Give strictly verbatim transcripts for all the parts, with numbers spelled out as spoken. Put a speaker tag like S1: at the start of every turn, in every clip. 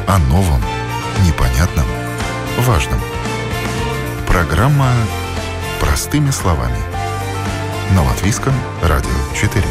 S1: О новом, непонятном, важном. Программа «Простыми словами» на Латвийском радио четыре.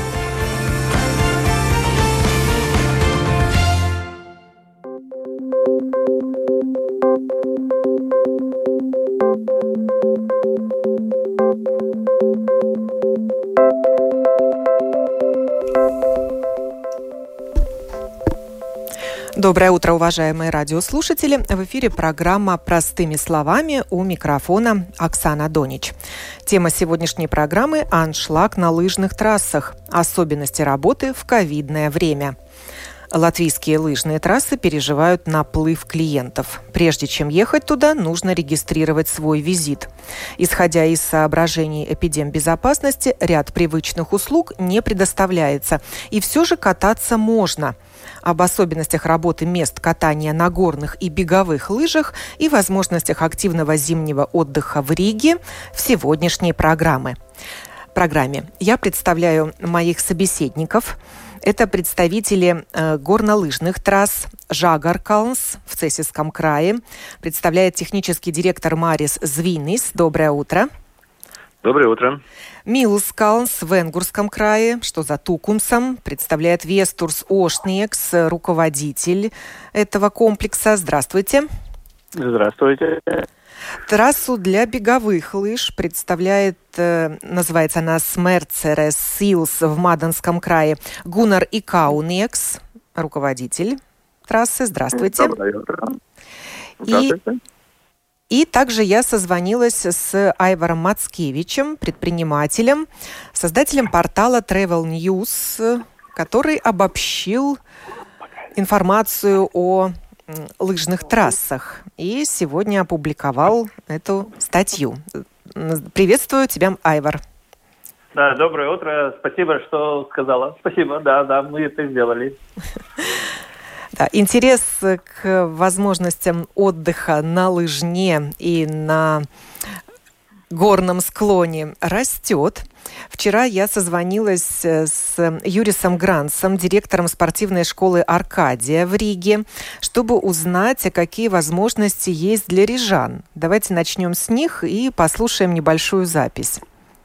S2: Доброе утро, уважаемые радиослушатели. В эфире программа «Простыми словами», у микрофона Оксана Донич. Тема сегодняшней программы – аншлаг на лыжных трассах. Особенности работы в ковидное время. Латвийские лыжные трассы переживают наплыв клиентов. Прежде чем ехать туда, нужно регистрировать свой визит. Исходя из соображений эпидембезопасности, ряд привычных услуг не предоставляется. И все же кататься можно. Об особенностях работы мест катания на горных и беговых лыжах и возможностях активного зимнего отдыха в Риге в сегодняшней программе. программе. Я представляю моих собеседников. Это представители э, горнолыжных трасс Žagarkalns в Цесийском крае. Представляет технический директор Марис Звинис. Доброе утро.
S3: Доброе утро.
S2: Milskalns в Энгурском крае, что за Тукумсом, представляет Вестурс Ошниекс, руководитель этого комплекса. Здравствуйте.
S3: Здравствуйте.
S2: Трассу для беговых лыж представляет, э, называется она Смерцерес Силс в Маденском крае, Гуннар Икаунекс, руководитель трассы. Здравствуйте.
S3: Доброе утро.
S2: Здравствуйте. И... И также я созвонилась с Айваром Мацкевичем, предпринимателем, создателем портала Travel News, который обобщил информацию о лыжных трассах и сегодня опубликовал эту статью. Приветствую тебя, Айвар.
S3: Да, доброе утро. Спасибо, что сказала. Спасибо, да, да, мы это сделали.
S2: Да, интерес к возможностям отдыха на лыжне и на горном склоне растет. Вчера я созвонилась с Юрисом Грансом, директором спортивной школы «Аркадия» в Риге, чтобы узнать, какие возможности есть для рижан. Давайте начнем с них и послушаем небольшую запись.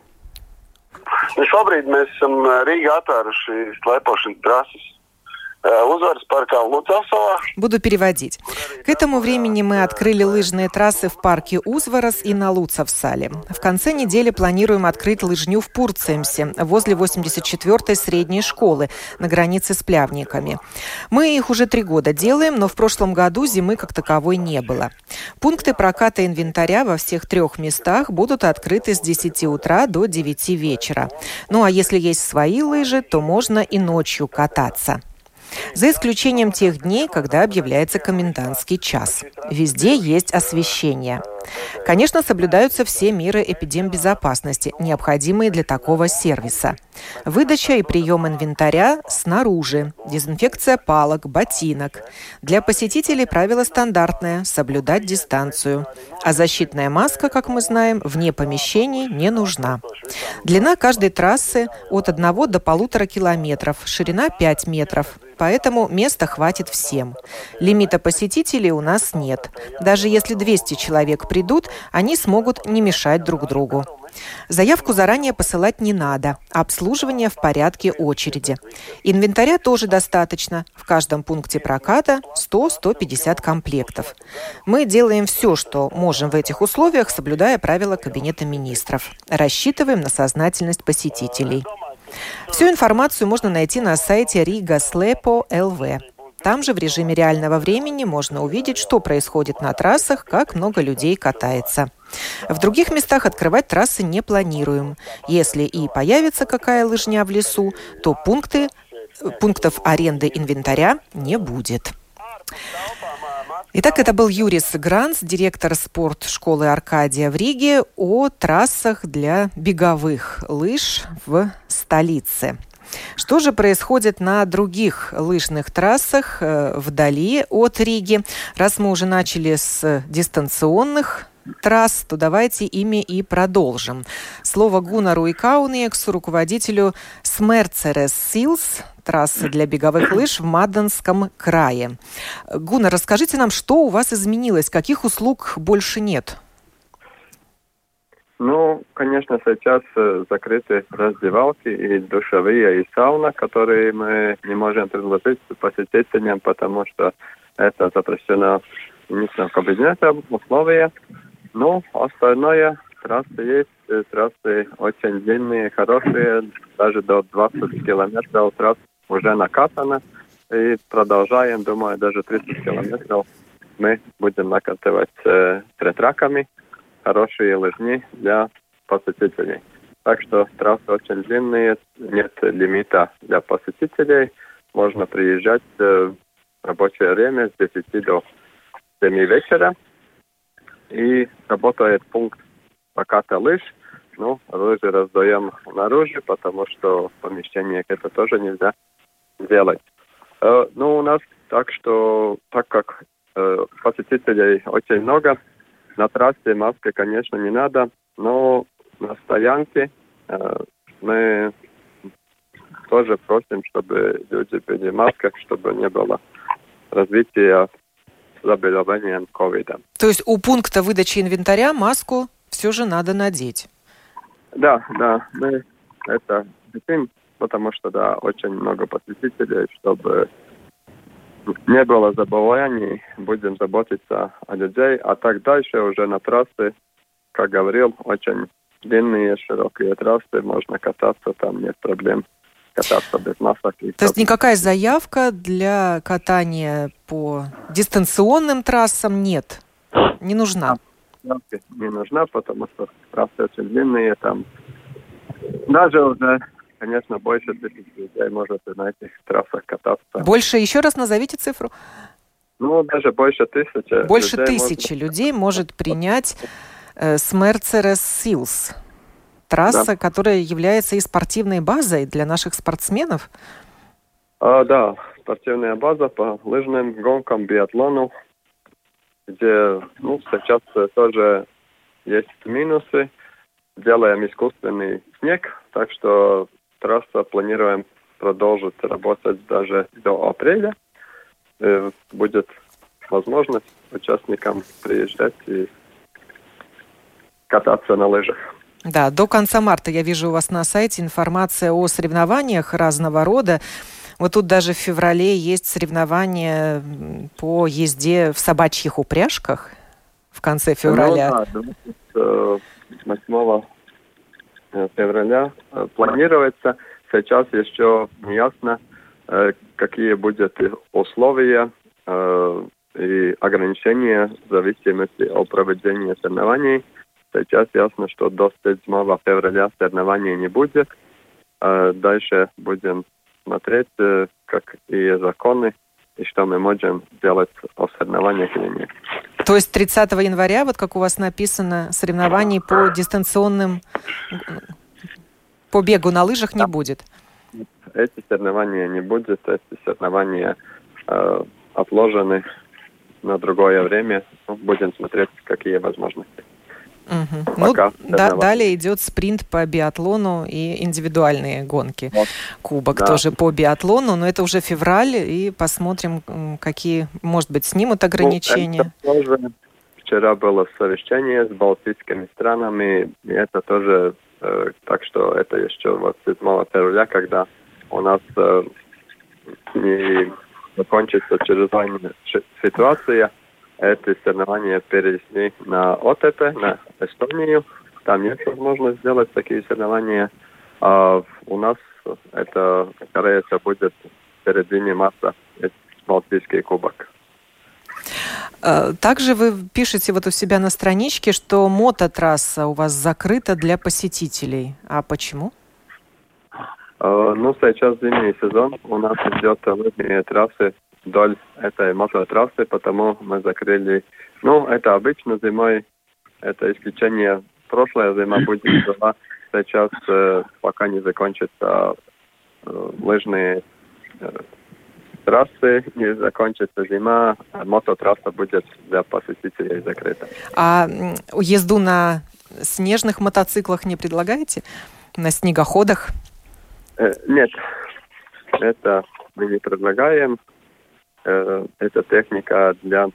S2: Буду переводить. К этому времени мы открыли лыжные трассы в парке Узварас и на Луцавсале. В конце недели планируем открыть лыжню в Пурцемсе, возле восемьдесят четвёртой средней школы, на границе с Плявниками. Мы их уже три года делаем, но в прошлом году зимы как таковой не было. Пункты проката инвентаря во всех трех местах будут открыты с десяти утра до девяти вечера. Ну а если есть свои лыжи, то можно и ночью кататься. За исключением тех дней, когда объявляется комендантский час. Везде есть освещение. Конечно, соблюдаются все меры эпидембезопасности, необходимые для такого сервиса. Выдача и прием инвентаря снаружи, дезинфекция палок, ботинок. Для посетителей правило стандартное – соблюдать дистанцию. А защитная маска, как мы знаем, вне помещений не нужна. Длина каждой трассы от одного до полутора километров, ширина пять метров. Поэтому места хватит всем. Лимита посетителей у нас нет. Даже если двести человек придут, они смогут не мешать друг другу. Заявку заранее посылать не надо. Обслуживание в порядке очереди. Инвентаря тоже достаточно. В каждом пункте проката сто - сто пятьдесят комплектов. Мы делаем все, что можем в этих условиях, соблюдая правила Кабинета министров. Рассчитываем на сознательность посетителей. Всю информацию можно найти на сайте рига слепо точка эл ви. Там же в режиме реального времени можно увидеть, что происходит на трассах, как много людей катается. В других местах открывать трассы не планируем. Если и появится какая лыжня в лесу, то пункты, пунктов аренды инвентаря не будет. Итак, это был Юрис Гранс, директор спортшколы «Аркадия» в Риге, о трассах для беговых лыж в столице. Что же происходит на других лыжных трассах э, вдали от Риги? Раз мы уже начали с дистанционных трасс, то давайте ими и продолжим. Слово Гуннару Икаунексу, руководителю Смерцерес Силс трассы для беговых лыж в Мадонском крае. Гуннар, расскажите нам, что у вас изменилось, каких услуг больше нет?
S4: Ну, конечно, сейчас закрыты раздевалки и душевые, и сауна, которые мы не можем предложить посетителям, потому что это запрещено министром кабинета условия. Но остальное, трассы есть, трассы очень длинные, хорошие, даже до двадцати километров трасс уже накатано. И продолжаем, думаю, даже тридцать километров мы будем накатывать э, третраками. Хорошие лыжни для посетителей. Так что трассы очень длинные, нет лимита для посетителей. Можно приезжать в рабочее время с десяти до семи вечера. И работает пункт проката лыж. Ну, лыжи раздаем наружу, потому что в помещениях это тоже нельзя делать. Э, ну, у нас так, что так как э, посетителей очень много, на трассе маски, конечно, не надо, но на стоянке э, мы тоже просим, чтобы люди были в масках, чтобы не было развития заболевания ковида.
S2: То есть у пункта выдачи инвентаря маску все же надо надеть?
S4: Да, да, мы это хотим, потому что, да, очень много посетителей, чтобы не было заболеваний, будем заботиться о людей, а так дальше уже на трассе, как говорил, очень длинные, широкие трассы, можно кататься, там нет проблем кататься без масок.
S2: То есть никакая заявка для катания по дистанционным трассам нет, не нужна?
S4: Не нужна, потому что трассы очень длинные, там даже уже... Конечно, больше тысячи людей может на этих трассах кататься.
S2: Больше? Еще раз назовите цифру.
S4: Ну, даже больше тысячи.
S2: Больше
S4: людей
S2: тысячи
S4: может...
S2: людей может принять э, Смерцерес Силс. Трасса, да, которая является и спортивной базой для наших спортсменов.
S4: А, да, спортивная база по лыжным гонкам, биатлону, где, ну, сейчас тоже есть минусы. Делаем искусственный снег, так что трасса планируем продолжить работать даже до апреля. И будет возможность участникам приезжать и кататься на лыжах.
S2: Да, до конца марта я вижу у вас на сайте информация о соревнованиях разного рода. Вот тут даже в феврале есть соревнования по езде в собачьих упряжках в конце февраля.
S4: Ну, да, восьмого февраля планируется. Сейчас еще не ясно, какие будут условия и ограничения в зависимости от проведения соревнований. Сейчас ясно, что до седьмого февраля соревнований не будет. Дальше будем смотреть, какие законы и что мы можем делать о соревнованиях или нет.
S2: То есть тридцатого января, вот как у вас написано, соревнований по дистанционным, по бегу на лыжах не будет?
S4: Эти соревнования не будет, эти соревнования э, отложены на другое время. Будем смотреть, какие возможности.
S2: Угу. Ну, да, далее идет спринт по биатлону и индивидуальные гонки. Вот. Кубок да. тоже по биатлону, но это уже февраль, и посмотрим, какие, может быть, снимут ограничения.
S4: Ну, это тоже вчера было совещание с балтийскими странами, и это тоже, э, так что это еще вот седьмого февраля, когда у нас э, не закончится чрезвычайная ситуация. Эти соревнования перенесли на ОТП, на Эстонию. Там нет возможности сделать такие соревнования. А у нас это, скорее всего, будет в середине марта Балтийский кубок.
S2: Также вы пишете вот у себя на страничке, что мототрасса у вас закрыта для посетителей. А почему?
S4: Ну, сейчас зимний сезон. У нас идет лыжные трассы вдоль этой мототрассы, потому мы закрыли. Ну, это обычно зимой, это исключение. Прошлая зима будет была. Сейчас, э, пока не закончатся э, лыжные э, трассы, не закончится зима, мототрасса будет для посетителей закрыта.
S2: А езду на снежных мотоциклах не предлагаете? На снегоходах?
S4: Э, нет. это мы не предлагаем. Э, это техника для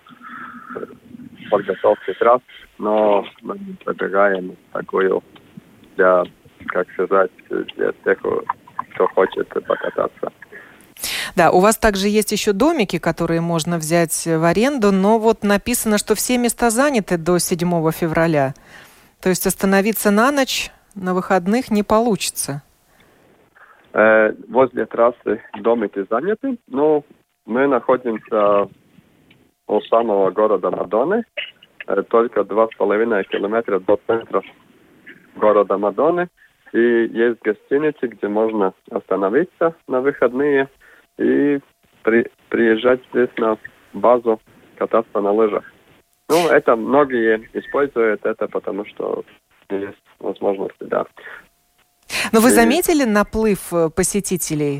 S4: подготовки трасс, но мы не предлагаем такую для, как сказать, для тех, кто хочет покататься.
S2: Да, у вас также есть еще домики, которые можно взять в аренду, но вот написано, что все места заняты до седьмого февраля. То есть остановиться на ночь на выходных не получится.
S4: Э, возле трассы домики заняты, но мы находимся у самого города Мадоны, э, только два с половиной километра до центра города Мадоны. И есть гостиницы, где можно остановиться на выходные и при, приезжать здесь на базу, кататься на лыжах. Ну, это многие используют это, потому что есть возможности, да.
S2: Но вы
S4: и...
S2: заметили наплыв посетителей?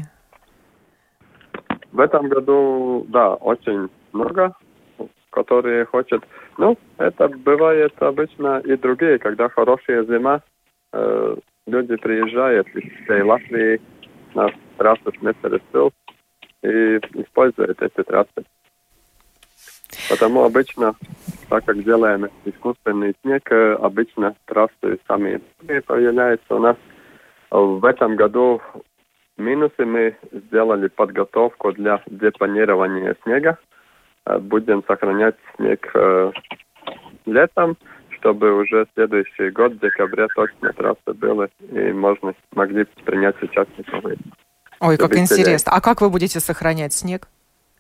S4: В этом году, да, очень много, которые хотят. Ну, это бывает обычно и другие, когда хорошая зима, э, люди приезжают из всей Латвии на трассу Снестересил и используют эти трассы. Потому обычно, так как делаем искусственный снег, обычно трассы сами появляются у нас. В этом году минусы мы сделали подготовку для депонирования снега. Будем сохранять снег э, летом, чтобы уже следующий год, в декабре, точно трассы были и можно могли принять участников.
S2: Ой, как интересно. А как вы будете сохранять снег?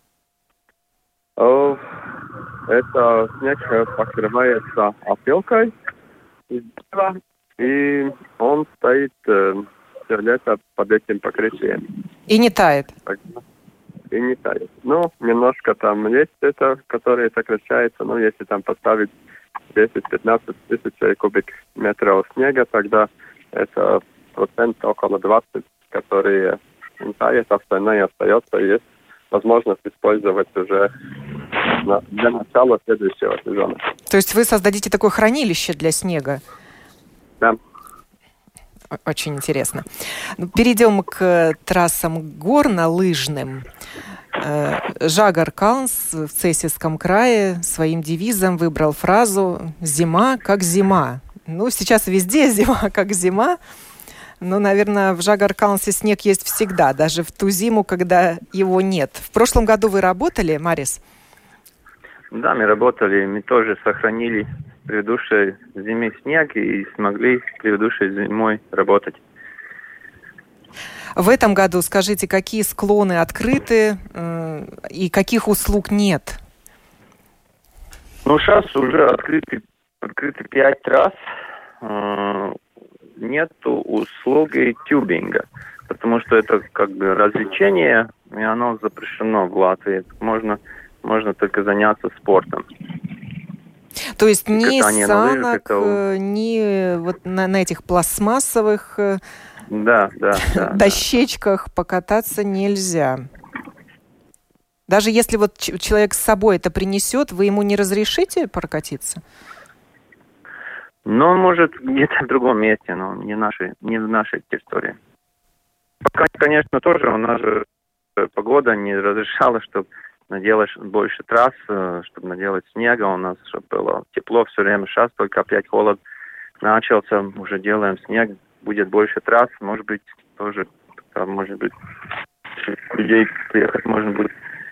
S4: О, это снег покрывается опилкой из дерева, и он стоит э, все лето под этим покрытием.
S2: И не тает?
S4: И не тает. Ну, немножко там есть это, которое сокращается, но если там поставить десять-пятнадцать тысяч кубик метров снега, тогда это процент около двадцать, которые тает, остальное остается, и есть возможность использовать уже на, для начала следующего сезона.
S2: То есть вы создадите такое хранилище для снега?
S4: Да.
S2: Очень интересно. Перейдем к трассам горнолыжным. Жагар Калнс в Цесийском крае своим девизом выбрал фразу «Зима как зима». Ну, сейчас везде зима как зима. Но, наверное, в Жагар Калнсе снег есть всегда, даже в ту зиму, когда его нет. В прошлом году вы работали, Марис?
S5: Да, мы работали, мы тоже сохранили предыдущей зиме снег и смогли предыдущей зимой работать.
S2: В этом году, скажите, какие склоны открыты э, и каких услуг нет?
S5: Ну, сейчас уже открыты, открыты пять трасс. Э, нету услуги тюбинга, потому что это как бы развлечение, и оно запрещено в Латвии. Можно, можно только заняться спортом.
S2: То есть ни санок,
S5: это...
S2: ни вот на, на этих пластмассовых
S5: да, да, да,
S2: дощечках да. покататься нельзя. Даже если вот ч- человек с собой это принесет, вы ему не разрешите прокатиться?
S5: Ну, он может где-то в другом месте, но не, нашей, не в нашей территории. Пока, конечно, тоже у нас же погода не разрешала, чтобы наделать больше трасс, чтобы наделать снега у нас, чтобы было тепло все время. Сейчас только опять холод начался, уже делаем снег, будет больше трасс, может быть, тоже, там, может быть, людей приехать можно будет.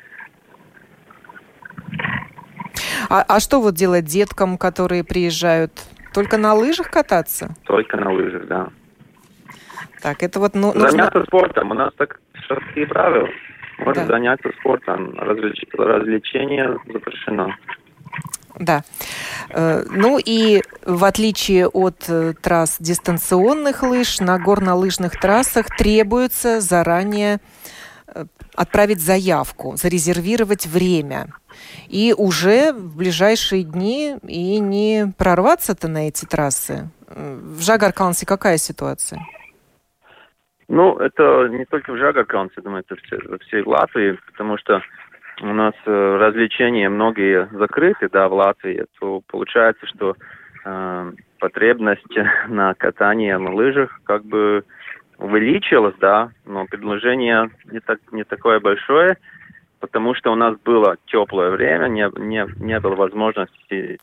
S2: А, а что вот делать деткам, которые приезжают? Только на лыжах кататься?
S5: Только на лыжах, да.
S2: Так, это вот ну,
S5: заняться
S2: нужно...
S5: спортом. У нас так такие правила. Можно
S2: да.
S5: заняться спортом. Развлеч... Развлечение запрещено.
S2: Да. Ну и в отличие от трасс дистанционных лыж, на горнолыжных трассах требуется заранее отправить заявку, зарезервировать время. И уже в ближайшие дни и не прорваться-то на эти трассы. В Жагар Калнсе какая ситуация?
S5: Ну, это не только в Жагар Калнсе, думаю, это все, во всей Латвии, потому что у нас э, развлечения многие закрыты, да, в Латвии, то получается, что э, потребность на катании на лыжах как бы увеличилось, да, но предложение не, так, не такое большое, потому что у нас было теплое время, не, не, не было возможности.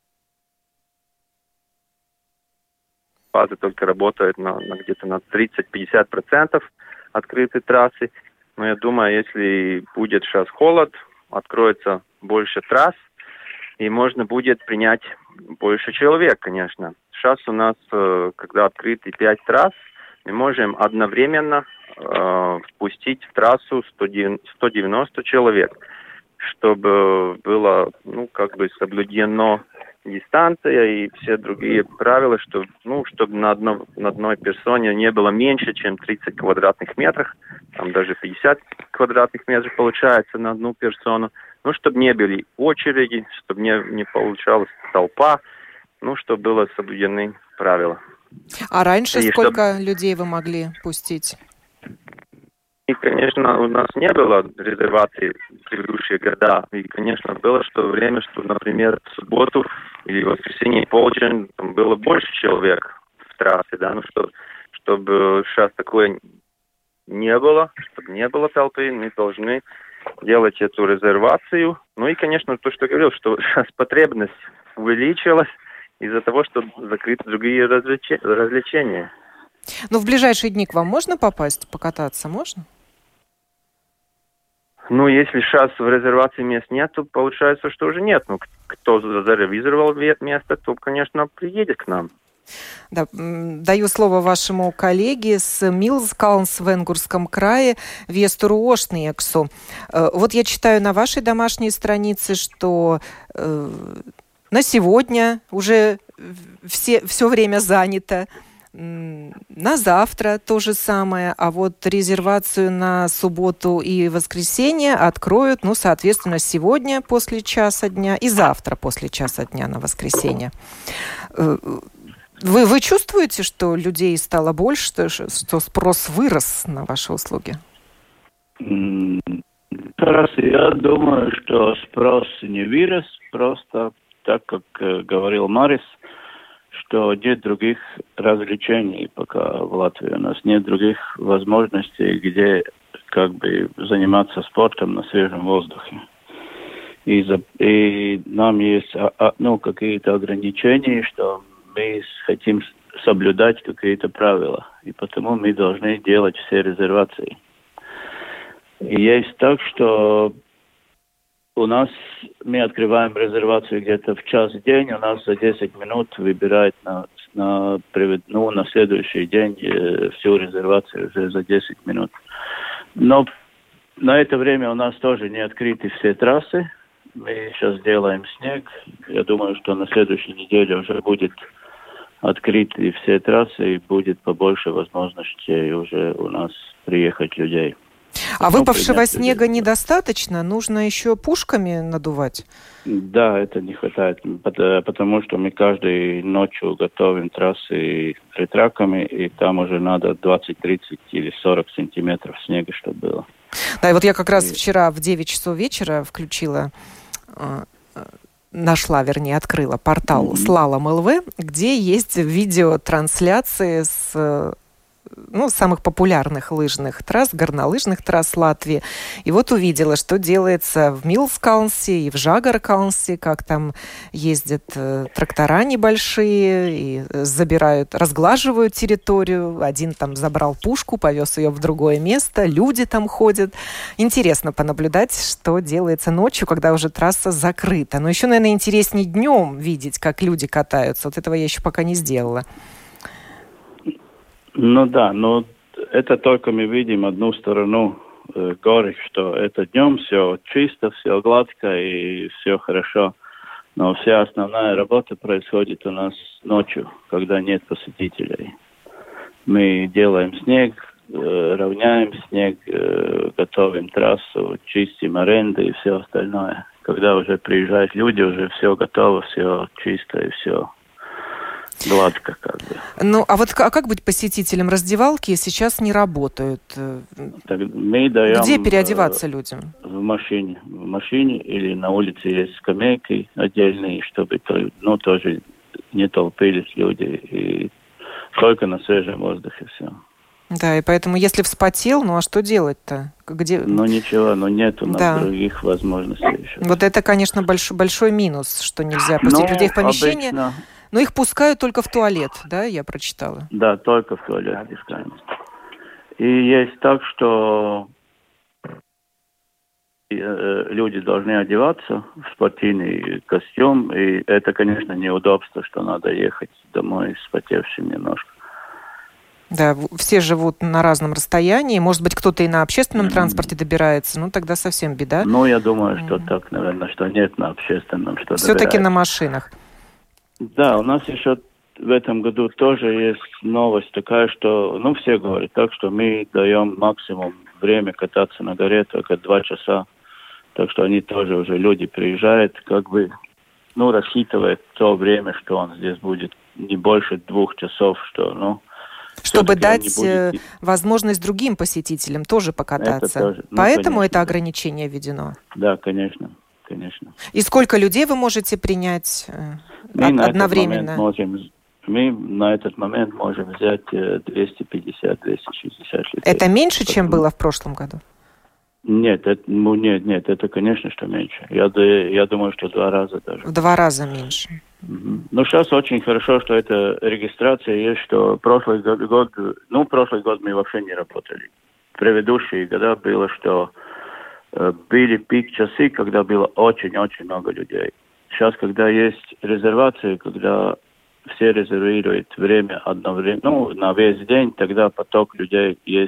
S5: Базы только работают на, на где-то на тридцать-пятьдесят процентов открытой трассы. Но я думаю, если будет сейчас холод, откроется больше трасс, и можно будет принять больше человек, конечно. Сейчас у нас, когда открыты пять трасс, мы можем одновременно э, впустить в трассу сто девяносто человек, чтобы было, ну, как бы соблюдено дистанция и все другие правила, чтобы, ну, чтобы на, одно, на одной персоне не было меньше, чем тридцать квадратных метров, там даже пятьдесят квадратных метров получается на одну персону, ну, чтобы не были очереди, чтобы не, не получалась толпа, ну, чтобы было соблюдены правила.
S2: А раньше
S5: и
S2: сколько
S5: чтобы...
S2: людей вы могли пустить?
S5: И, конечно, у нас не было резерваций в предыдущие года. И, конечно, было что время, что, например, в субботу или в воскресенье полдень там было больше человек в трассе, да, ну, что, чтобы сейчас такое не было, чтобы не было толпы, мы должны делать эту резервацию. Ну и, конечно, то, что я говорил, что сейчас потребность увеличилась из-за того, что закрыты другие развлече- развлечения.
S2: Ну, в ближайшие дни к вам можно попасть, покататься можно?
S5: Ну, если сейчас в резервации мест нет, то получается, что уже нет. Ну, кто зарезервировал место, то, конечно, приедет к нам.
S2: Да, даю слово вашему коллеге с Милскалнс в Венгурском крае Вестору Ошниексу. Вот я читаю на вашей домашней странице, что э, на сегодня уже все, все время занято. На завтра то же самое, а вот резервацию на субботу и воскресенье откроют, ну, соответственно, сегодня после часа дня и завтра после часа дня на воскресенье. Вы, вы чувствуете, что людей стало больше, что, что спрос вырос на ваши услуги?
S6: Раз я думаю, что спрос не вырос, просто так, как говорил Марис, что нет других развлечений пока в Латвии. У нас нет других возможностей, где как бы заниматься спортом на свежем воздухе. И, за, и нам есть ну, какие-то ограничения, что мы хотим соблюдать какие-то правила. И потому мы должны делать все резервации. И есть так, что у нас мы открываем резервацию где-то в час в день, у нас за десять минут выбирает на, на, ну, на следующий день э, всю резервацию уже за десять минут. Но на это время у нас тоже не открыты все трассы. Мы сейчас делаем снег. Я думаю, что на следующей неделе уже будет открыты все трассы и будет побольше возможностей уже у нас приехать людей.
S2: А выпавшего снега недостаточно? Нужно еще пушками надувать?
S6: Да, это не хватает, потому что мы каждой ночью готовим трассы ретраками, и там уже надо двадцать, тридцать или сорок сантиметров снега, чтобы было.
S2: Да, и вот я как раз и... вчера в девять часов вечера включила, нашла, вернее, открыла портал mm-hmm. Slalom эл ви, где есть видеотрансляции с... ну, самых популярных лыжных трасс, горнолыжных трасс Латвии. И вот увидела, что делается в Милскалнсе и в Жагаркалнсе, как там ездят э, трактора небольшие и забирают, разглаживают территорию. Один там забрал пушку, повез ее в другое место, люди там ходят. Интересно понаблюдать, что делается ночью, когда уже трасса закрыта. Но еще, наверное, интереснее днем видеть, как люди катаются. Вот этого я еще пока не сделала.
S6: Ну да, но это только мы видим одну сторону э, горы, что это днем все чисто, все гладко и все хорошо. Но вся основная работа происходит у нас ночью, когда нет посетителей. Мы делаем снег, э, равняем снег, э, готовим трассу, чистим аренды и все остальное. Когда уже приезжают люди, уже все готово, все чисто и все гладко как бы.
S2: Ну, а вот а как быть посетителем? Раздевалки сейчас не работают.
S6: Так мы даем,
S2: где переодеваться людям?
S6: В машине. В машине или на улице есть скамейки отдельные, чтобы ну, тоже не толпились люди. И только на свежем воздухе все.
S2: Да, и поэтому, если вспотел, ну а что делать-то? Где...
S6: Ну ничего, но нету
S2: да.
S6: других возможностей еще.
S2: Вот это, конечно, большой, большой минус, что нельзя пустить
S6: ну,
S2: людей в помещение.
S6: Обычно...
S2: Но их пускают только в туалет, да, я прочитала?
S6: Да, только в туалет пускают. И есть так, что люди должны одеваться в спортивный костюм, и это, конечно, неудобство, что надо ехать домой вспотевшим немножко.
S2: Да, все живут на разном расстоянии. Может быть, кто-то и на общественном mm-hmm. транспорте добирается. Ну, тогда совсем беда.
S6: Ну, я думаю, что mm-hmm. так, наверное, что нет на общественном, что
S2: все-таки
S6: добирается.
S2: На машинах.
S6: Да, у нас еще в этом году тоже есть новость такая, что, ну, все говорят так, что мы даем максимум время кататься на горе, только два часа. Так что они тоже уже, люди приезжают, как бы, ну, рассчитывают то время, что он здесь будет, не больше двух часов, что, ну...
S2: Чтобы дать будет... возможность другим посетителям тоже покататься. Это тоже. Ну, поэтому конечно, это ограничение введено?
S6: Да, конечно, конечно.
S2: И сколько людей вы можете принять
S6: мы
S2: од-
S6: на
S2: одновременно?
S6: Этот можем, мы на этот момент можем взять двести пятьдесят - двести шестьдесят людей.
S2: Это меньше, Потому... чем было в прошлом году?
S6: Нет, это, ну, нет, нет, это, конечно, что меньше. Я, я думаю, что в два раза даже.
S2: В два раза меньше.
S6: Mm-hmm. Ну, сейчас очень хорошо, что эта регистрация есть, что прошлый год, ну, прошлый год мы вообще не работали. В предыдущие года было, что э, были пик-часы, когда было очень-очень много людей. Сейчас, когда есть резервации, когда все резервируют время одновременно, ну, на весь день, тогда поток людей есть.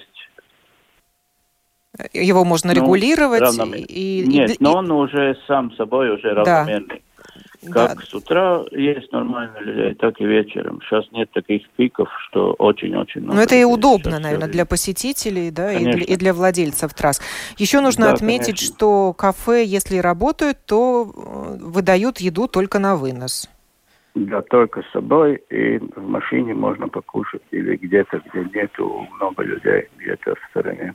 S2: Его можно ну, регулировать.
S6: И, Нет, и, но он уже сам собой уже равномерный. Да. Как да. с утра есть нормально людей, так и вечером. Сейчас нет таких пиков, что очень-очень много.
S2: Но это
S6: людей.
S2: и удобно,
S6: Сейчас
S2: наверное, для посетителей, да, и для, и для владельцев трасс. Еще нужно
S6: да,
S2: отметить,
S6: конечно.
S2: что кафе, если работают, то выдают еду только на вынос.
S6: Да, только с собой, и в машине можно покушать, или где-то, где нету много людей, где-то в стороне.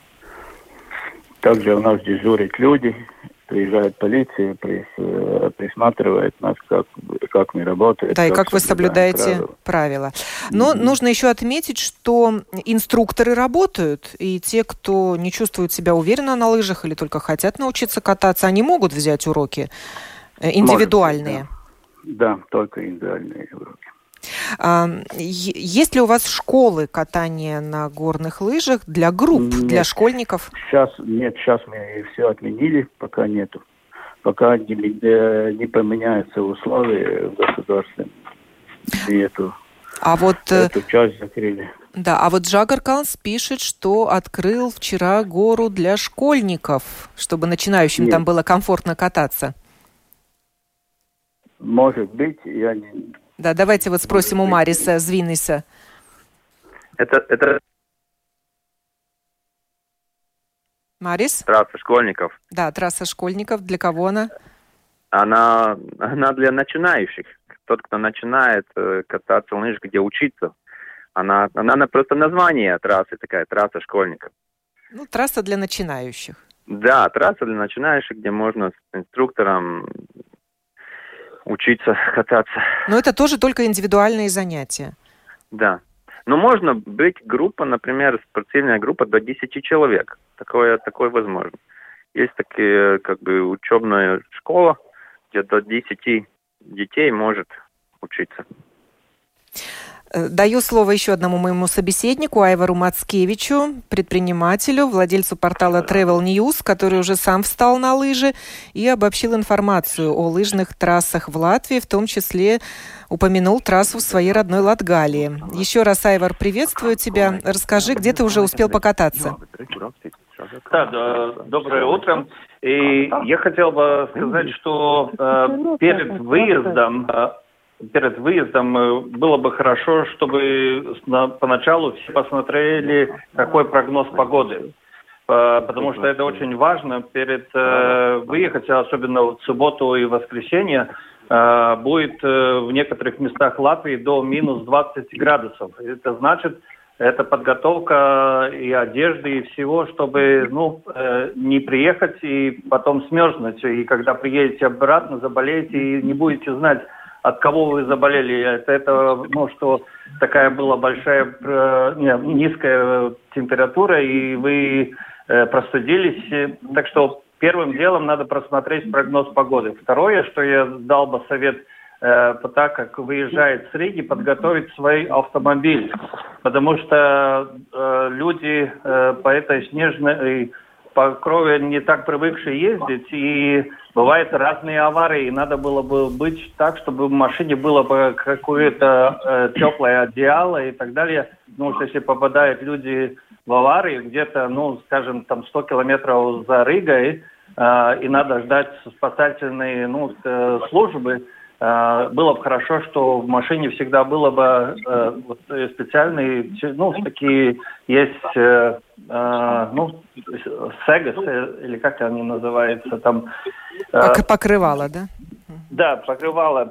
S6: Также у нас дежурят люди, приезжает полиция, присматривает нас, как, как мы работаем.
S2: Да, и как вы соблюдаете правила. правила. Но mm-hmm. нужно еще отметить, что инструкторы работают, и те, кто не чувствует себя уверенно на лыжах или только хотят научиться кататься, они могут взять уроки индивидуальные.
S6: Может, да. да, только индивидуальные уроки.
S2: Есть ли у вас школы катания на горных лыжах для групп, нет. для школьников?
S6: Сейчас нет, сейчас мы все отменили, пока нету. Пока не, не поменяются условия в государстве. И эту,
S2: а вот,
S6: эту часть закрыли.
S2: Да, а вот Джагар Калнс пишет, что открыл вчера гору для школьников, чтобы начинающим нет. там было комфортно кататься.
S6: Может быть, я не...
S2: Да, давайте вот спросим у Мариса Звиниса.
S5: Это, это...
S2: Марис?
S5: Трасса школьников.
S2: Да, трасса школьников. Для кого она?
S5: Она, она для начинающих. Тот, кто начинает кататься на лыжах, где учиться. Она, она просто название трассы такая, трасса школьников.
S2: Ну, трасса для начинающих.
S5: Да, трасса для начинающих, где можно с инструктором учиться кататься.
S2: Но это тоже только индивидуальные занятия.
S5: Да. Но можно быть группа, например, спортивная группа до десяти человек. Такое, такое возможно. Есть такие, как бы, учебная школа, где до десяти детей может учиться.
S2: Даю слово еще одному моему собеседнику, Айвару Мацкевичу, предпринимателю, владельцу портала Travel News, который уже сам встал на лыжи и обобщил информацию о лыжных трассах в Латвии, в том числе упомянул трассу в своей родной Латгалии. Еще раз, Айвар, приветствую тебя. Расскажи, где ты уже успел покататься?
S3: Да, да, доброе утро. И я хотел бы сказать, что э, перед выездом... Э, Перед выездом было бы хорошо, чтобы поначалу все посмотрели, какой прогноз погоды. Потому что это очень важно. Перед выехать, особенно в субботу и воскресенье, будет в некоторых местах Латвии до минус двадцать градусов. Это значит, это подготовка и одежды, и всего, чтобы ну, не приехать и потом смерзнуть. И когда приедете обратно, заболеете и не будете знать, от кого вы заболели. Это, это ну, что такая была большая, не, низкая температура, и вы простудились. Так что первым делом надо просмотреть прогноз погоды. Второе, что я дал бы совет, так как выезжает с Риги, подготовить свой автомобиль. Потому что люди по этой снежной по крови не так привыкшие ездить, и бывают разные аварии. Надо было бы быть так, чтобы в машине было бы какое-то э, теплое одеяло и так далее. Ну, что если попадают люди в аварию где-то, ну, скажем, там сто километров за Ригой, э, и надо ждать спасательные, ну, э, службы, э, было бы хорошо, что в машине всегда было бы э, вот, специальные, ну, такие есть... Э, Uh, ну, сегас, или как они называются там.
S2: Uh, покрывало, да?
S3: Да, покрывало.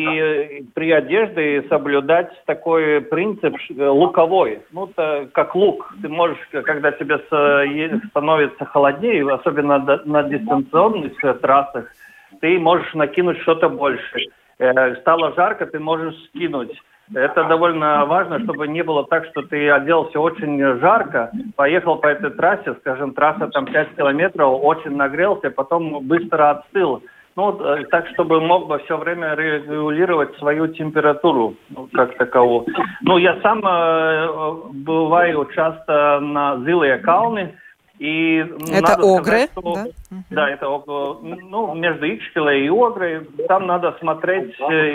S3: И при одежде соблюдать такой принцип луковой. Ну, это как лук. Ты можешь, когда тебе становится холоднее, особенно на дистанционных трассах, ты можешь накинуть что-то больше. Стало жарко, ты можешь скинуть. Это довольно важно, чтобы не было так, что ты оделся очень жарко, поехал по этой трассе, скажем, трасса там пять километров, очень нагрелся, потом быстро остыл. Ну, так, чтобы мог бы все время регулировать свою температуру, ну, как таковую. Ну, я сам э, бываю часто на Зилые Калны. И
S2: это Огры,
S3: сказать, что,
S2: да?
S3: Да, это ну, между Икшкелой и Огрой. Там надо смотреть,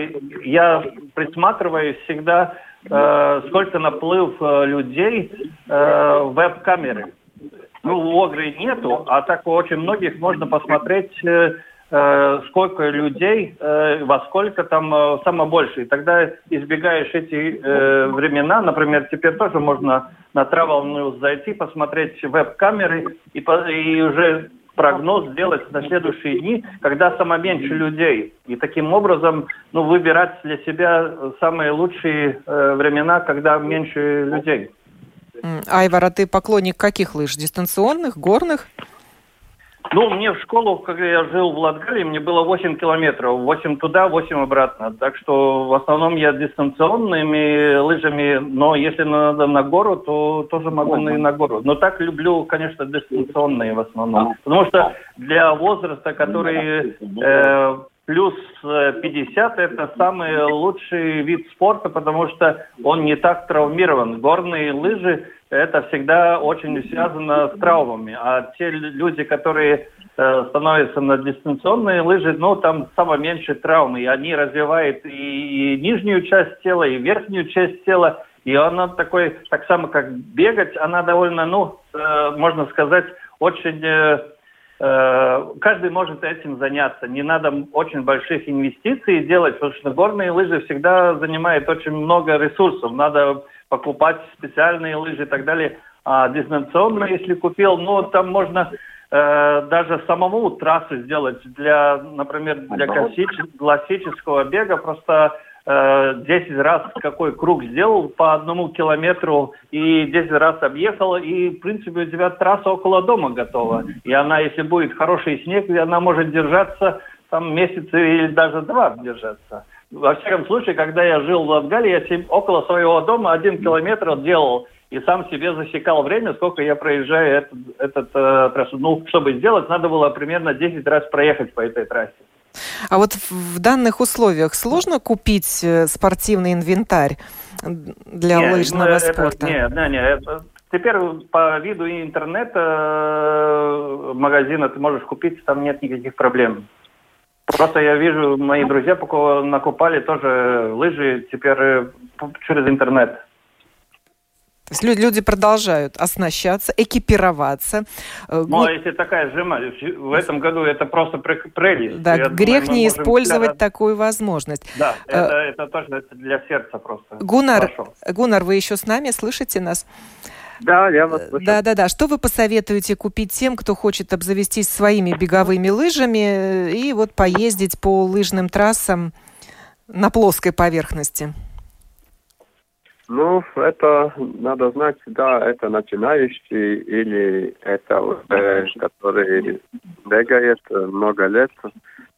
S3: я присматриваюсь всегда, э, сколько наплыв людей э, в веб-камеры. Ну, в Огре нету, а так у очень многих можно посмотреть, э, сколько людей, э, во сколько там э, самое больше. И тогда избегаешь эти э, времена, например, теперь тоже можно на Travel News зайти, посмотреть веб-камеры и, и уже прогноз сделать на следующие дни, когда самое меньше людей. И таким образом, ну, выбирать для себя самые лучшие э, времена, когда меньше людей.
S2: Айвар, а ты поклонник каких лыж? Дистанционных, горных?
S3: Ну, мне в школу, когда я жил в Латгалии, мне было восемь километров. восемь туда, восемь обратно. Так что в основном я дистанционными лыжами, но если надо на гору, то тоже могу и на гору. Но так люблю, конечно, дистанционные в основном. Потому что для возраста, который э, плюс пятьдесят, это самый лучший вид спорта, потому что он не так травмирован. Горные лыжи — это всегда очень связано с травмами. А те люди, которые э, становятся на дистанционные лыжи, ну, там самое меньше травмы. И они развивают и, и нижнюю часть тела, и верхнюю часть тела. И она такой, так само как бегать, она довольно, ну, э, можно сказать, очень... Э, э, каждый может этим заняться. Не надо очень больших инвестиций делать, потому что горные лыжи всегда занимают очень много ресурсов. Надо покупать специальные лыжи и так далее. А дистанционные, если купил, ну, там можно э, даже самому трассу сделать для, например, для классического бега. Просто э, десять раз какой круг сделал по одному километру и десять раз объехал, и, в принципе, у тебя трасса около дома готова. И она, если будет хороший снег, она может держаться там месяц или даже два держаться. Во всяком случае, когда я жил в Латгалии, я около своего дома один километр делал и сам себе засекал время, сколько я проезжаю этот, этот э, трассу. Ну, чтобы сделать, надо было примерно десять раз проехать по этой трассе.
S2: А вот в данных условиях сложно купить спортивный инвентарь для нет, лыжного
S3: это,
S2: спорта?
S3: Нет, нет, нет. Это, теперь по виду интернета э, магазина ты можешь купить, там нет никаких проблем. Просто я вижу, мои друзья накупали тоже лыжи теперь через интернет.
S2: То есть люди продолжают оснащаться, экипироваться.
S3: Ну, а если такая жема, в этом году это просто прелесть.
S2: Да, я грех думаю, не использовать всегда... такую возможность.
S3: Да, это, а... это тоже для сердца просто.
S2: Гуннар, Гуннар, вы еще с нами, слышите нас?
S5: Да, я вас слышу.
S2: Да, да, да. Что вы посоветуете купить тем, кто хочет обзавестись своими беговыми лыжами и вот поездить по лыжным трассам на плоской поверхности?
S4: Ну, это надо знать, да, это начинающий или это э, который бегает много лет.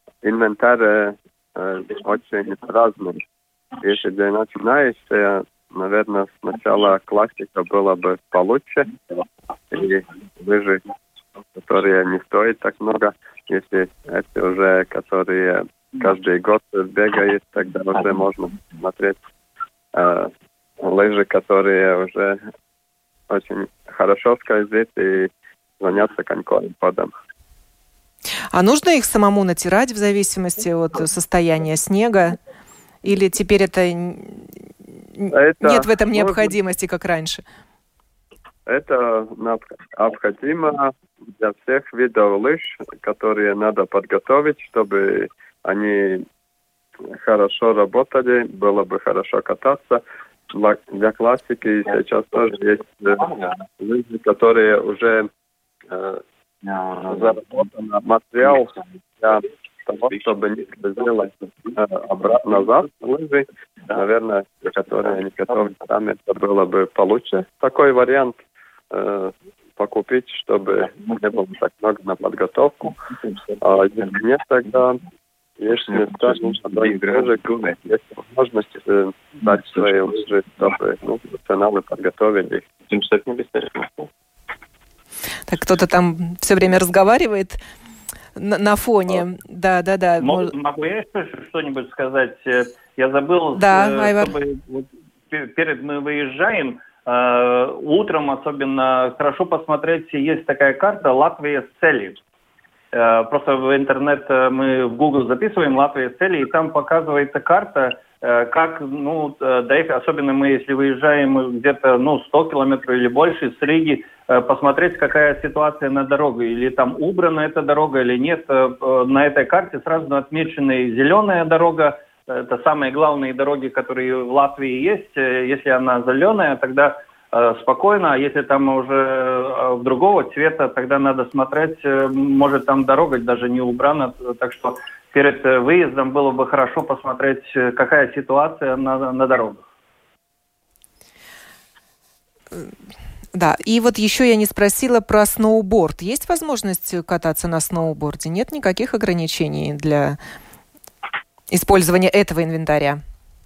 S4: Инвентарь э, очень разный. Если для начинающего наверное, сначала классика была бы получше, и лыжи, которые не стоят так много, если эти уже, которые каждый год бегают, тогда уже можно смотреть э, лыжи, которые уже очень хорошо скользят и заняться коньком подом.
S2: А нужно их самому натирать в зависимости от состояния снега? Или теперь это, это нет в этом необходимости, как раньше?
S4: Это необходимо для всех видов лыж, которые надо подготовить, чтобы они хорошо работали, было бы хорошо кататься. Для классики сейчас тоже есть лыжи, которые уже э, заработан материал для того, чтобы не скользило э, обратно назад лыжи. Наверное, которые они готовят сами, это было бы получше. Такой вариант э, покупить, чтобы не было так много на подготовку. А если нет, тогда есть места, лыжи, есть возможность э, дать свои лыжи, чтобы ну, профессионалы подготовили их.
S2: Так кто-то там все время разговаривает на, на фоне. Да, да, да.
S3: Мог, могу я еще что-нибудь сказать? Я забыл,
S2: да,
S3: э, чтобы вот, перед мы выезжаем, э, утром особенно хорошо посмотреть, есть такая карта «Латвия с цели». Э, просто в интернет мы в Google записываем «Латвия с цели», и там показывается карта, э, как, ну, доехать, особенно мы, если выезжаем где-то, ну, сто километров или больше с Риги, посмотреть, какая ситуация на дороге, или там убрана эта дорога, или нет. На этой карте сразу отмечена зеленая дорога, это самые главные дороги, которые в Латвии есть. Если она зеленая, тогда спокойно, а если там уже другого цвета, тогда надо смотреть, может там дорога даже не убрана, так что перед выездом было бы хорошо посмотреть, какая ситуация на, на дорогах.
S2: Да, и вот еще я не спросила про сноуборд. Есть возможность кататься на сноуборде? Нет никаких ограничений для использования этого инвентаря?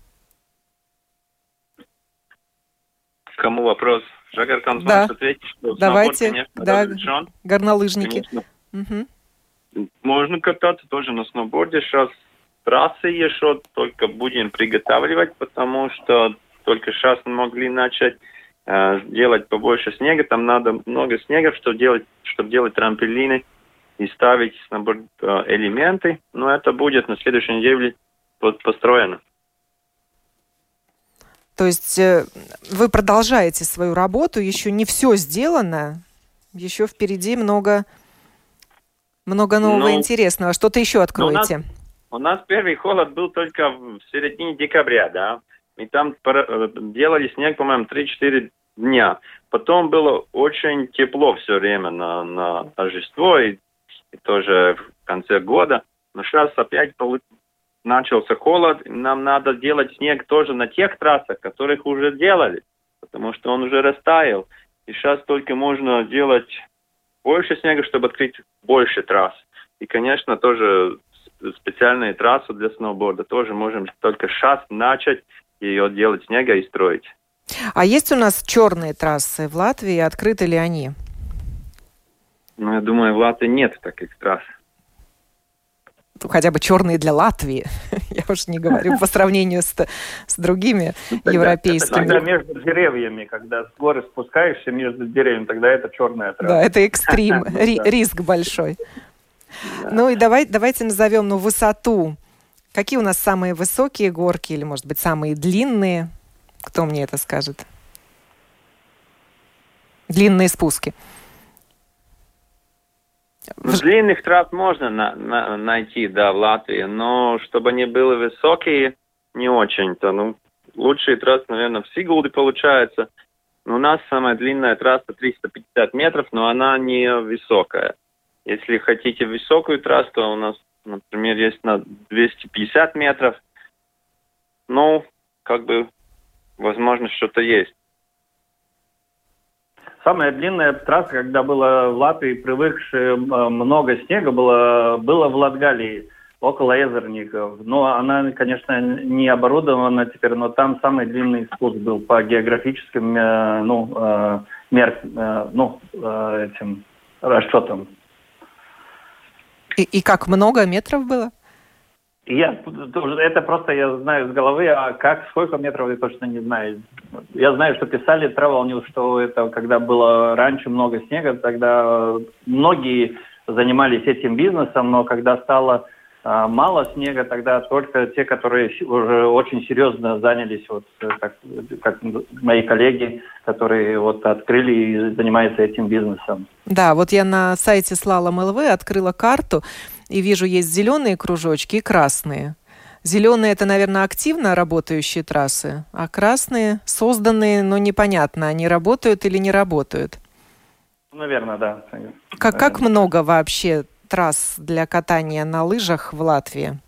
S5: Кому вопрос? Жагаркан,
S2: да.
S5: ответить, что
S2: давайте,
S5: сноуборд, конечно,
S2: да,
S5: разрешен.
S2: Горнолыжники.
S5: Угу. Можно кататься тоже на сноуборде. Сейчас трассы еще только будем приготавливать, потому что только сейчас могли начать делать побольше снега, там надо много снега, чтобы делать, чтобы делать трамплины и ставить набор элементы, но это будет на следующей неделе построено.
S2: То есть вы продолжаете свою работу, еще не все сделано, еще впереди много, много нового ну, интересного. Что-то еще откроете?
S5: У нас, у нас первый холод был только в середине декабря, да. И там делали снег, по-моему, три-четыре дня. Потом было очень тепло все время на, на Рождество и, и тоже в конце года. Но сейчас опять начался холод. И нам надо делать снег тоже на тех трассах, которых уже делали. Потому что он уже растаял. И сейчас только можно делать больше снега, чтобы открыть больше трасс. И, конечно, тоже специальные трассы для сноуборда тоже можем только сейчас начать ее делать снега и строить.
S2: А есть у нас черные трассы в Латвии? Открыты ли они?
S5: Ну, я думаю, в Латвии нет таких трасс.
S2: Хотя бы черные для Латвии. Я уж не говорю по сравнению с, с другими европейскими.
S3: Тогда между деревьями, когда с горы спускаешься между деревьями, тогда это черная трасса.
S2: Да, это экстрим, риск большой. Ну и давай, давайте назовем ну, высоту. Какие у нас самые высокие горки или, может быть, самые длинные? Кто мне это скажет? Длинные спуски.
S5: Ну, длинных трасс можно на, на, найти, да, в Латвии, но чтобы они были высокие, не очень-то. Ну, лучшие трассы, наверное, в Сигулде получается. Но у нас самая длинная трасса триста пятьдесят метров, но она не высокая. Если хотите высокую трассу, то у нас, например, есть на двести пятьдесят метров. Ну, как бы, возможно, что-то есть.
S3: Самая длинная трасса, когда было в Латвии привыкшее много снега, было, было в Латгалии. около Езерников. Но она, конечно, не оборудована теперь, но там самый длинный спуск был по географическим, э, ну, э, мер, э, ну, э, этим расчетам.
S2: И, и как много метров было?
S3: Я, это просто я знаю с головы, а как, сколько метров, я точно не знаю. Я знаю, что писали Travel News, что это когда было раньше много снега, тогда многие занимались этим бизнесом, но когда стало а, мало снега, тогда только те, которые уже очень серьезно занялись, вот как, как мои коллеги, которые вот открыли и занимаются этим бизнесом.
S2: Да, вот я на сайте Slalom эл ви открыла карту, и вижу, есть зеленые кружочки и красные. Зеленые – это, наверное, активно работающие трассы, а красные – созданные, но непонятно, они работают или не работают.
S3: Наверное, да.
S2: Как, как много вообще трасс для катания на лыжах в Латвии?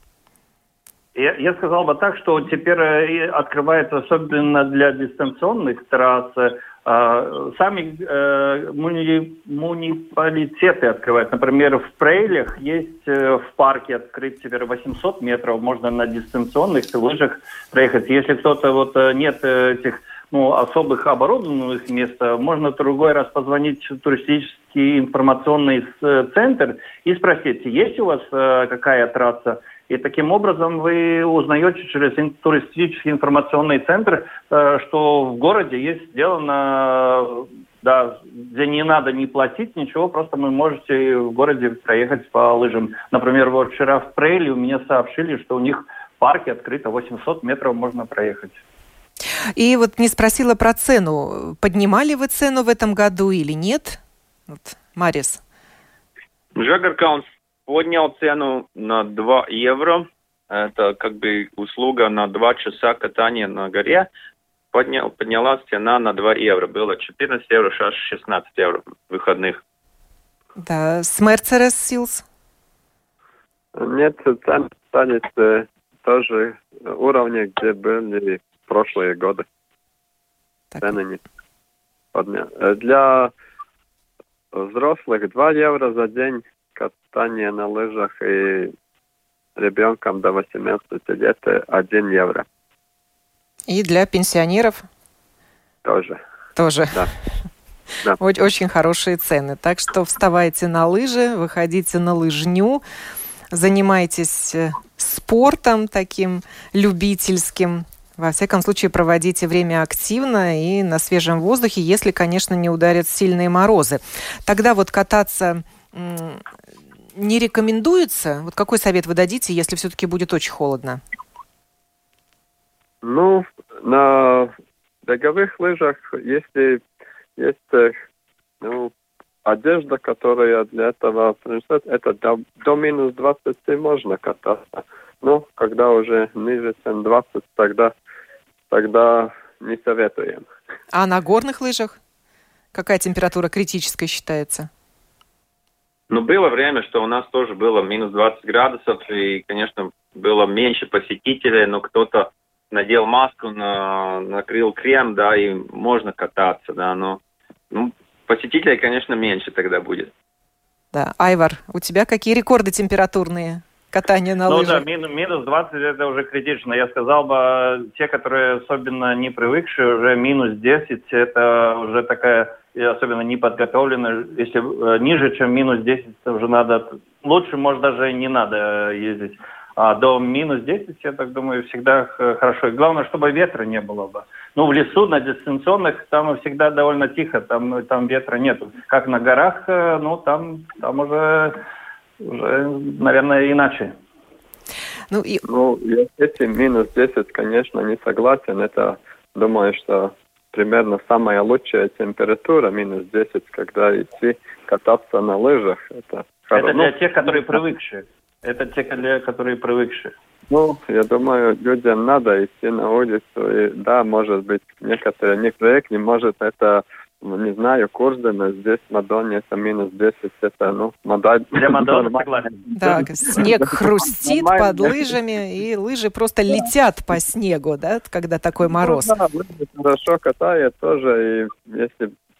S3: Я, я сказал бы так, что теперь открывается особенно для дистанционных трасс. Uh, сами uh, муни, муниципалитеты открывают. Например, в Прейлях есть uh, в парке открыт теперь восемьсот метров. Можно на дистанционных лыжах проехать. Если кто-то вот uh, нет uh, этих ну, особых оборудованных мест, можно в другой раз позвонить в туристический информационный центр и спросить, есть у вас uh, какая трасса? И таким образом вы узнаете через туристический информационный центр, что в городе есть сделано, да, где не надо не платить ничего, просто вы можете в городе проехать по лыжам. Например, вот вчера в Прейле у меня сообщили, что у них в парке открыто восемьсот метров можно проехать.
S2: И вот не спросила про цену. Поднимали вы цену в этом году или нет? Вот, Марис.
S5: Жагаркаунс поднял цену на два евро. Это как бы услуга на два часа катания на горе. Поднял, поднялась цена на два евро. Было четырнадцать евро, сейчас шестнадцать евро выходных.
S2: Да, с Mercedes Sils?
S4: Нет, цены станет э, тоже уровня, где были прошлые годы. Так. Цены не подняли. Для взрослых два евро за день катание на лыжах и ребенком до восемнадцати лет один евро.
S2: И для пенсионеров?
S4: Тоже.
S2: Тоже.
S4: Да. Да.
S2: Очень хорошие цены. Так что вставайте на лыжи, выходите на лыжню, занимайтесь спортом таким любительским. Во всяком случае, проводите время активно и на свежем воздухе, если, конечно, не ударят сильные морозы. Тогда вот кататься не рекомендуется? Вот какой совет вы дадите, если все-таки будет очень холодно?
S4: Ну, на беговых лыжах, если есть ну, одежда, которая для этого принесет, это до, до минус двадцати можно кататься. Но когда уже ниже, чем двадцать, тогда, тогда не советуем.
S2: А на горных лыжах какая температура критическая считается?
S5: Ну, было время, что у нас тоже было минус двадцать градусов, и, конечно, было меньше посетителей, но кто-то надел маску, на, накрыл крем, да, и можно кататься, да, но ну, посетителей, конечно, меньше тогда будет.
S2: Да, Айвар, у тебя какие рекорды температурные? Катание на
S3: ну,
S2: лыжах.
S3: Ну да, минус двадцать это уже критично. Я сказал бы, те, которые особенно не привыкшие, уже минус десять, это уже такая, особенно не подготовленная. Если ниже, чем минус десять, то уже надо, лучше, может, даже не надо ездить. А до минус десять, я так думаю, всегда хорошо. И главное, чтобы ветра не было бы. Ну, в лесу, на дистанционных, там всегда довольно тихо, там, там ветра нету. Как на горах, ну, там, там уже... Уже, наверное, иначе.
S4: Ну, и... ну, я с этим минус десять, конечно, не согласен. Это, думаю, что примерно самая лучшая температура, минус десять, когда идти кататься на лыжах. Это,
S3: это для тех, которые привыкшие. Это те, которые привыкшие.
S4: Ну, я думаю, людям надо идти на улицу. И, да, может быть, некоторые не привыкли, может, это... Не знаю, Курсдена, здесь Мадонне это минус десять, это, ну, Мадонне.
S3: Для Мадонны согласен.
S2: Да, снег хрустит под лыжами, и лыжи просто летят по снегу, да, когда такой мороз.
S4: Ну, да, лыжи хорошо катают тоже, и если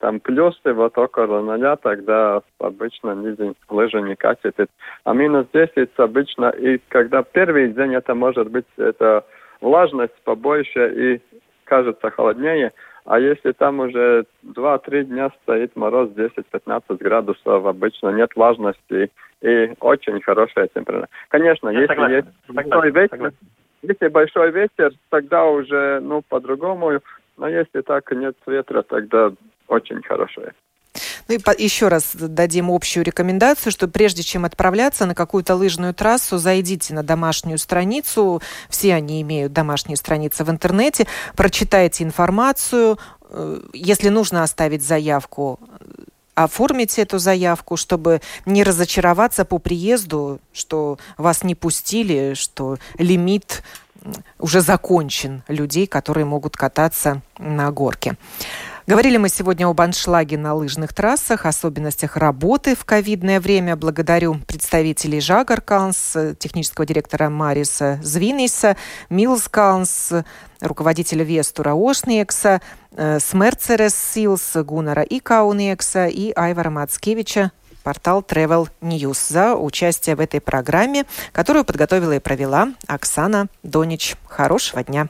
S4: там плюсы вот около нуля, тогда обычно низкие лыжи не катят. А минус десять обычно, и когда первый день это может быть, это влажность побольше и кажется холоднее, а если там уже два-три дня стоит мороз десять-пятнадцать градусов, обычно нет влажности и очень хорошая температура. Конечно, Я если согласен. есть большой ветер, если большой ветер, тогда уже ну по-другому, но если так нет ветра, тогда очень хорошее.
S2: Ну и по- еще раз дадим общую рекомендацию, что прежде чем отправляться на какую-то лыжную трассу, зайдите на домашнюю страницу, все они имеют домашние страницы в интернете, прочитайте информацию, если нужно оставить заявку, оформите эту заявку, чтобы не разочароваться по приезду, что вас не пустили, что лимит уже закончен людей, которые могут кататься на горке. Говорили мы сегодня об аншлаге на лыжных трассах, особенностях работы в ковидное время. Благодарю представителей Жагаркалнс, технического директора Мариса Звинейса, Милскалнс, руководителя Вестура Ошниекса, Смерцерес Силс Гунара Икаunieksa и Айвара Мацкевича, портал Travel News, за участие в этой программе, которую подготовила и провела Оксана Донич. Хорошего дня!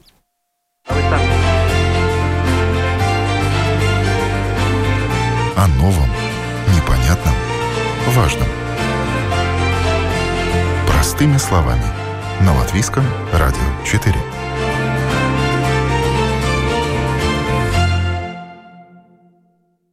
S1: О новом, непонятном, важном. Простыми словами. На Латвийском радио четыре.